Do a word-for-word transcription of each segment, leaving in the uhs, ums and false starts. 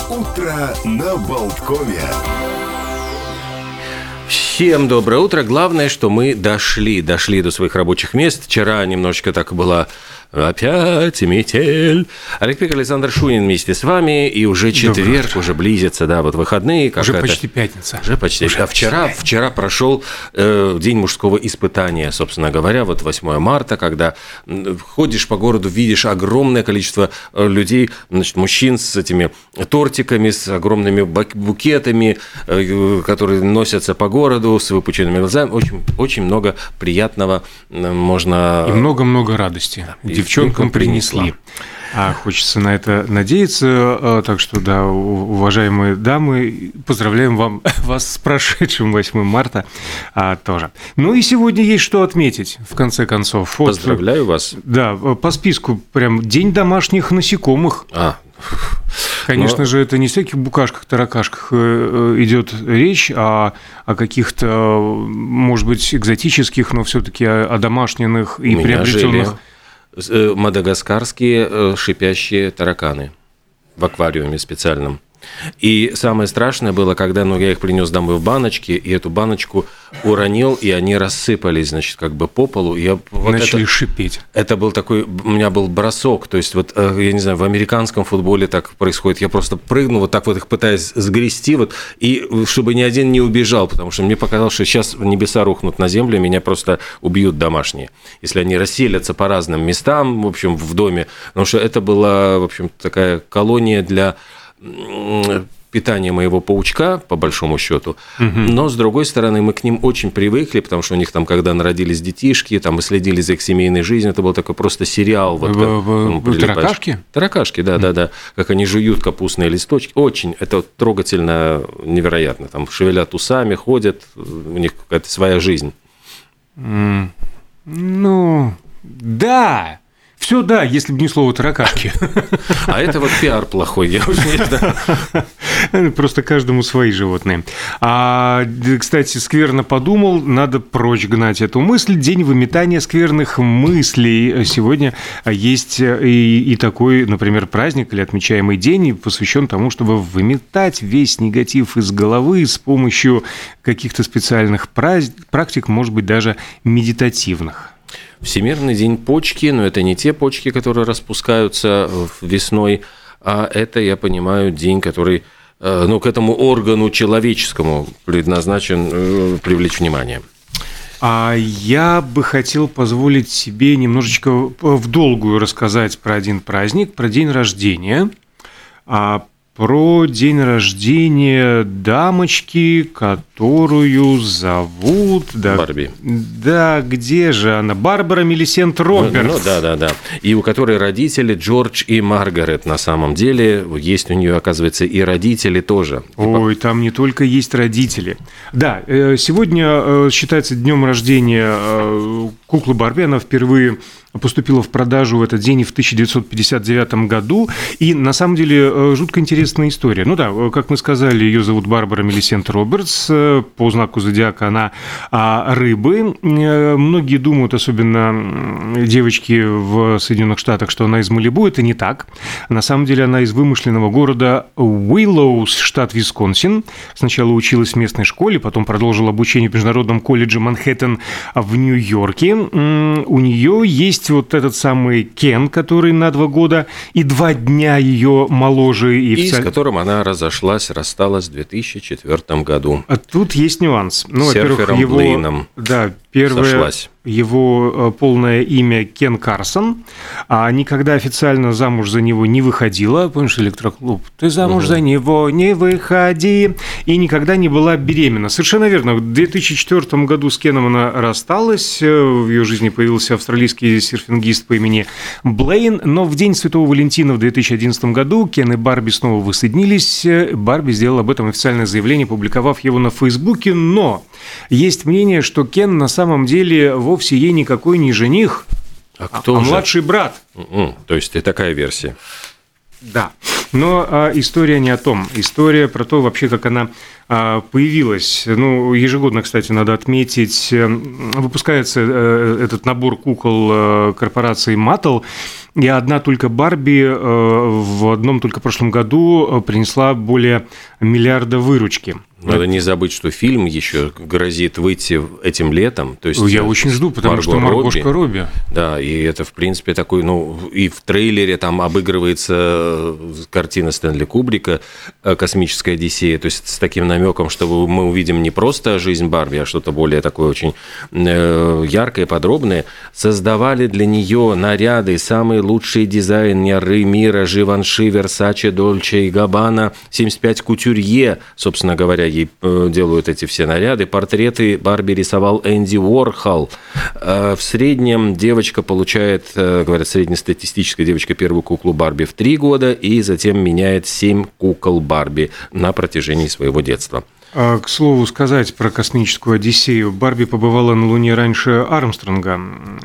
Утро на Болткове. Всем доброе утро. Главное, что мы дошли, дошли до своих рабочих мест. Вчера немножечко так была опять метель. Олег Пек, Александр Шунин вместе с вами. И уже четверг, уже близится, да, вот выходные. Уже почти пятница. Уже почти. Уже а вчера, почти. вчера прошел э, день мужского испытания, собственно говоря, вот восьмое марта, когда ходишь по городу, видишь огромное количество людей, значит, мужчин с этими тортиками, с огромными букетами, э, которые носятся по городу с выпученными глазами. Очень, очень много приятного можно... И много-много радости. Да, девчонкам принесли. А хочется на это надеяться. Так что, да, уважаемые дамы, поздравляем вам, вас с прошедшим восьмым марта а, тоже. Ну и сегодня есть что отметить, в конце концов. Вот, поздравляю вас. Да, по списку прям День домашних насекомых. А, Конечно Но... же, это не о всяких букашках, таракашках идет речь, а о каких-то, может быть, экзотических, но все-таки о домашних и У приобретенных. Жили мадагаскарские шипящие тараканы в аквариуме специальном. И самое страшное было, когда ну, я их принес домой в баночке, и эту баночку уронил, и они рассыпались, значит, как бы по полу. И я, вот начали это, шипеть. Это был такой, у меня был бросок, то есть, вот, я не знаю, в американском футболе так происходит. Я просто прыгнул, вот так вот их пытаясь сгрести, вот, и чтобы ни один не убежал, потому что мне показалось, что сейчас небеса рухнут на землю, и меня просто убьют домашние, если они расселятся по разным местам, в общем, в доме. Потому что это была, в общем, такая колония для... питание моего паучка, по большому счету, угу. Но, с другой стороны, мы к ним очень привыкли, потому что у них там, когда народились детишки, там мы следили за их семейной жизнью, это был такой просто сериал. Вот, как, ну, таракашки? Таракашки, да, да, да, как они жуют капустные листочки, очень, это трогательно, невероятно, там шевелят усами, ходят, у них какая-то своя жизнь. Mm. Ну, да. Все, да, если бы не слово таракашки. А это вот пиар плохой, я уже не знаю. Просто каждому свои животные. А, кстати, скверно подумал, надо прочь гнать эту мысль. День выметания скверных мыслей. Сегодня есть и, и такой, например, праздник или отмечаемый день, посвящен тому, чтобы выметать весь негатив из головы с помощью каких-то специальных практик, может быть, даже медитативных. Всемирный день почки, но это не те почки, которые распускаются весной, а это, я понимаю, день, который, ну, к этому органу человеческому предназначен привлечь внимание. А я бы хотел позволить себе немножечко в долгую рассказать про один праздник, про день рождения, про день рождения дамочки, которую зовут... Да, Барби. Да, где же она? Барбара Милисент Робертс. Ну, ну, да, да, да. И у которой родители Джордж и Маргарет на самом деле. Есть у нее, оказывается, и родители тоже. Ой, там не только есть родители. Да, сегодня считается днем рождения куклы Барби. Она впервые поступила в продажу в этот день в тысяча девятьсот пятьдесят девятом году. И, на самом деле, жутко интересная история. Ну да, как мы сказали, ее зовут Барбара Милисент Робертс. По знаку зодиака она рыбы. Многие думают, особенно девочки в Соединенных Штатах, что она из Малибу. Это не так. На самом деле она из вымышленного города Уиллоус, штат Висконсин. Сначала училась в местной школе, потом продолжила обучение в Международном колледже Манхэттен в Нью-Йорке. У нее есть вот этот самый Кен, который на два года и два дня ее моложе. И, и в... с которым она разошлась, рассталась в две тысячи четвёртом году. А тут есть нюанс. Ну, серфером его... Блейном да, первое... сошлась. Его полное имя Кен Карсон, а никогда официально замуж за него не выходила. Помнишь, электроклуб? Ты замуж угу. за него не выходи. И никогда не была беременна. Совершенно верно. В две тысячи четвёртом году с Кеном она рассталась. В ее жизни появился австралийский серфингист по имени Блейн. Но в день Святого Валентина в две тысячи одиннадцатом году Кен и Барби снова воссоединились. Барби сделала об этом официальное заявление, публиковав его на Фейсбуке. Но есть мнение, что Кен на самом деле вовсе ей никакой не жених, а, кто а же? младший брат. Mm-mm. То есть и такая версия. Да. Но а, история не о том. История про то, вообще, как она а, появилась. Ну, ежегодно, кстати, надо отметить, выпускается а, этот набор кукол а, корпорации Mattel. и одна только Барби в одном только прошлом году принесла более миллиарда выручки. Надо не забыть, что фильм еще грозит выйти этим летом. То есть я очень жду, потому Марго что Маргошка Робби. Робби. Да, и это, в принципе, такой, ну, и в трейлере там обыгрывается картина Стэнли Кубрика «Космическая Одиссея», то есть с таким намеком, что мы увидим не просто жизнь Барби, а что-то более такое очень яркое, подробное. Создавали для нее наряды самые лучшие дизайнеры мира: Живанши, Версаче, Дольче и Габбана, семьдесят пять кутюрье, собственно говоря, ей делают эти все наряды. Портреты Барби рисовал Энди Уорхол. В среднем девочка получает, говорят, среднестатистическая девочка первую куклу Барби в три года и затем меняет семь кукол Барби на протяжении своего детства. К слову сказать про космическую Одиссею. Барби побывала на Луне раньше Армстронга.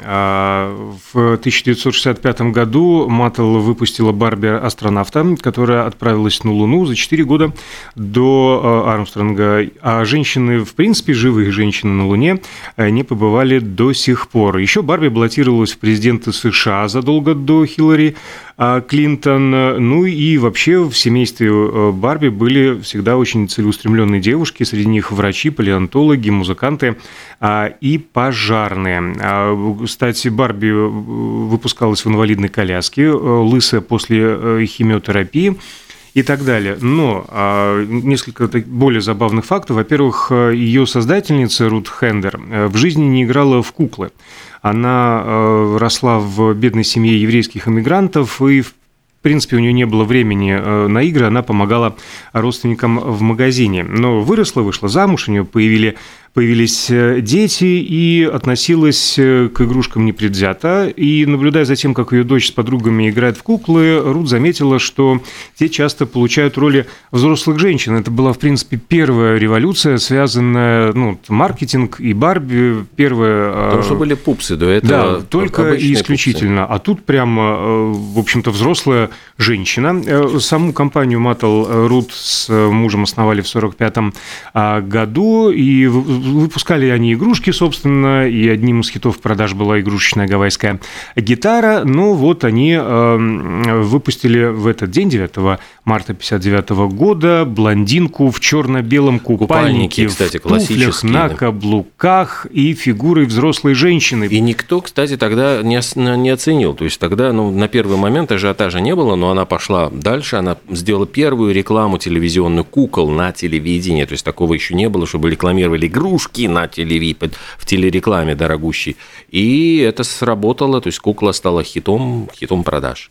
В тысяча девятьсот шестьдесят пятом году Маттел выпустила Барби-астронавта, которая отправилась на Луну за четыре года до Армстронга. А женщины, в принципе, живые женщины на Луне не побывали до сих пор. Еще Барби баллотировалась в президенты США задолго до Хиллари Клинтон. Ну и вообще в семействе Барби были всегда очень целеустремленные девушки. Среди них врачи, палеонтологи, музыканты и пожарные. Кстати, Барби выпускалась в инвалидной коляске, лысая после химиотерапии и так далее. Но несколько более забавных фактов. Во-первых, ее создательница Рут Хендер в жизни не играла в куклы. Она росла в бедной семье еврейских иммигрантов, и, в принципе, у нее не было времени на игры, она помогала родственникам в магазине. Но выросла, вышла замуж, у нее появились... Появились дети, и относилась к игрушкам непредвзято. И, наблюдая за тем, как ее дочь с подругами играет в куклы, Рут заметила, что те часто получают роли взрослых женщин. Это была, в принципе, первая революция, связанная, ну, маркетинг и Барби, первая... Потому что были пупсы до этого. Да, только и исключительно. Пупсы. А тут прямо, в общем-то, взрослая женщина. Саму компанию Маттел Рут с мужем основали в сорок пятом году, и выпускали они игрушки, собственно, и одним из хитов продаж была игрушечная гавайская гитара. Но вот они выпустили в этот день, девятого марта тысяча девятьсот пятьдесят девятого года, блондинку в черно-белом купальнике, купальники, кстати, в туфлях, на каблуках и фигурой взрослой женщины. И никто, кстати, тогда не, не оценил. То есть тогда, ну, на первый момент ажиотажа не было, но она пошла дальше, она сделала первую рекламу телевизионную кукол на телевидении. То есть такого еще не было, чтобы рекламировали игрушки на телеви... в телерекламе дорогущей. И это сработало, то есть кукла стала хитом, хитом продаж.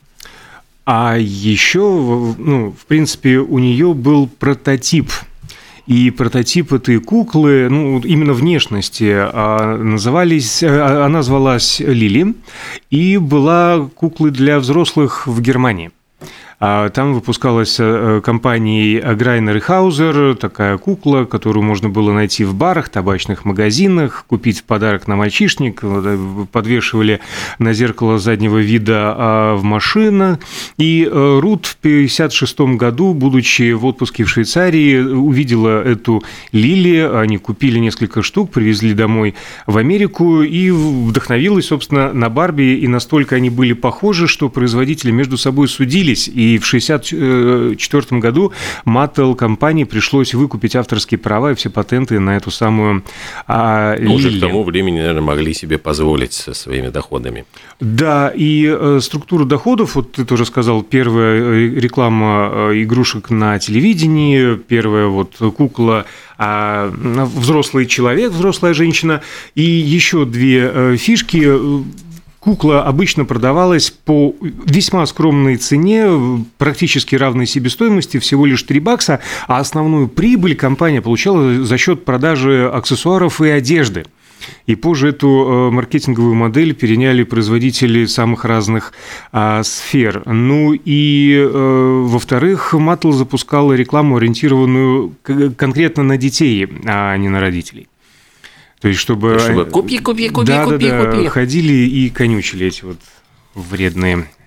А еще, ну, в принципе, у нее был прототип. И прототип этой куклы, ну, именно внешности, назывались, она звалась Лили и была куклой для взрослых в Германии. Там выпускалась компанией Грайнер и Хаузер такая кукла, которую можно было найти в барах, табачных магазинах, купить в подарок на мальчишник, подвешивали на зеркало заднего вида в машинах. И Рут в пятьдесят шестом году, будучи в отпуске в Швейцарии, увидела эту Лили, они купили несколько штук, привезли домой в Америку и вдохновилась, собственно, на Барби, и настолько они были похожи, что производители между собой судились. И в шестьдесят четвёртом году Маттел компании пришлось выкупить авторские права и все патенты на эту самую а, Лили. Уже к тому времени, наверное, могли себе позволить со своими доходами. Да, и э, структура доходов, вот ты тоже сказал, первая реклама игрушек на телевидении, первая вот кукла, а, взрослый человек, взрослая женщина, и еще две э, фишки. Кукла обычно продавалась по весьма скромной цене, практически равной себестоимости, всего лишь три бакса, а основную прибыль компания получала за счет продажи аксессуаров и одежды. И позже эту маркетинговую модель переняли производители самых разных а, сфер. Ну и, э, во-вторых, Маттел запускала рекламу, ориентированную конкретно на детей, а не на родителей. То есть, чтобы... чтобы купи, купи, купи, да, купи, да, да, купи. Ходили и конючили эти вот вредные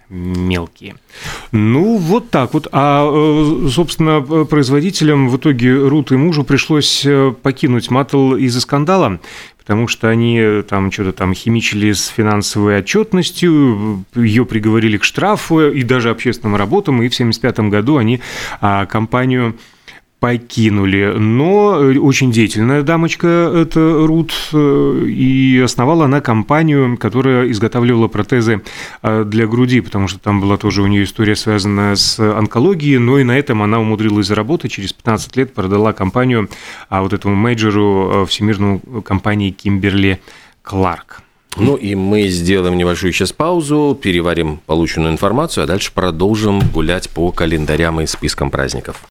мелкие. Ну, вот так вот. А, собственно, производителям в итоге Рут и мужу пришлось покинуть Mattel из-за скандала, потому что они там что-то там химичили с финансовой отчетностью, ее приговорили к штрафу и даже общественным работам, и в семьдесят пятом году они компанию покинули. Но очень деятельная дамочка эта Рут, и основала она компанию, которая изготавливала протезы для груди, потому что там была тоже у нее история, связанная с онкологией, но и на этом она умудрилась заработать. Через пятнадцать лет продала компанию а вот этому мейджору, всемирную компанию Кимберли-Кларк. Ну и мы сделаем небольшую сейчас паузу, переварим полученную информацию, а дальше продолжим гулять по календарям и спискам праздников.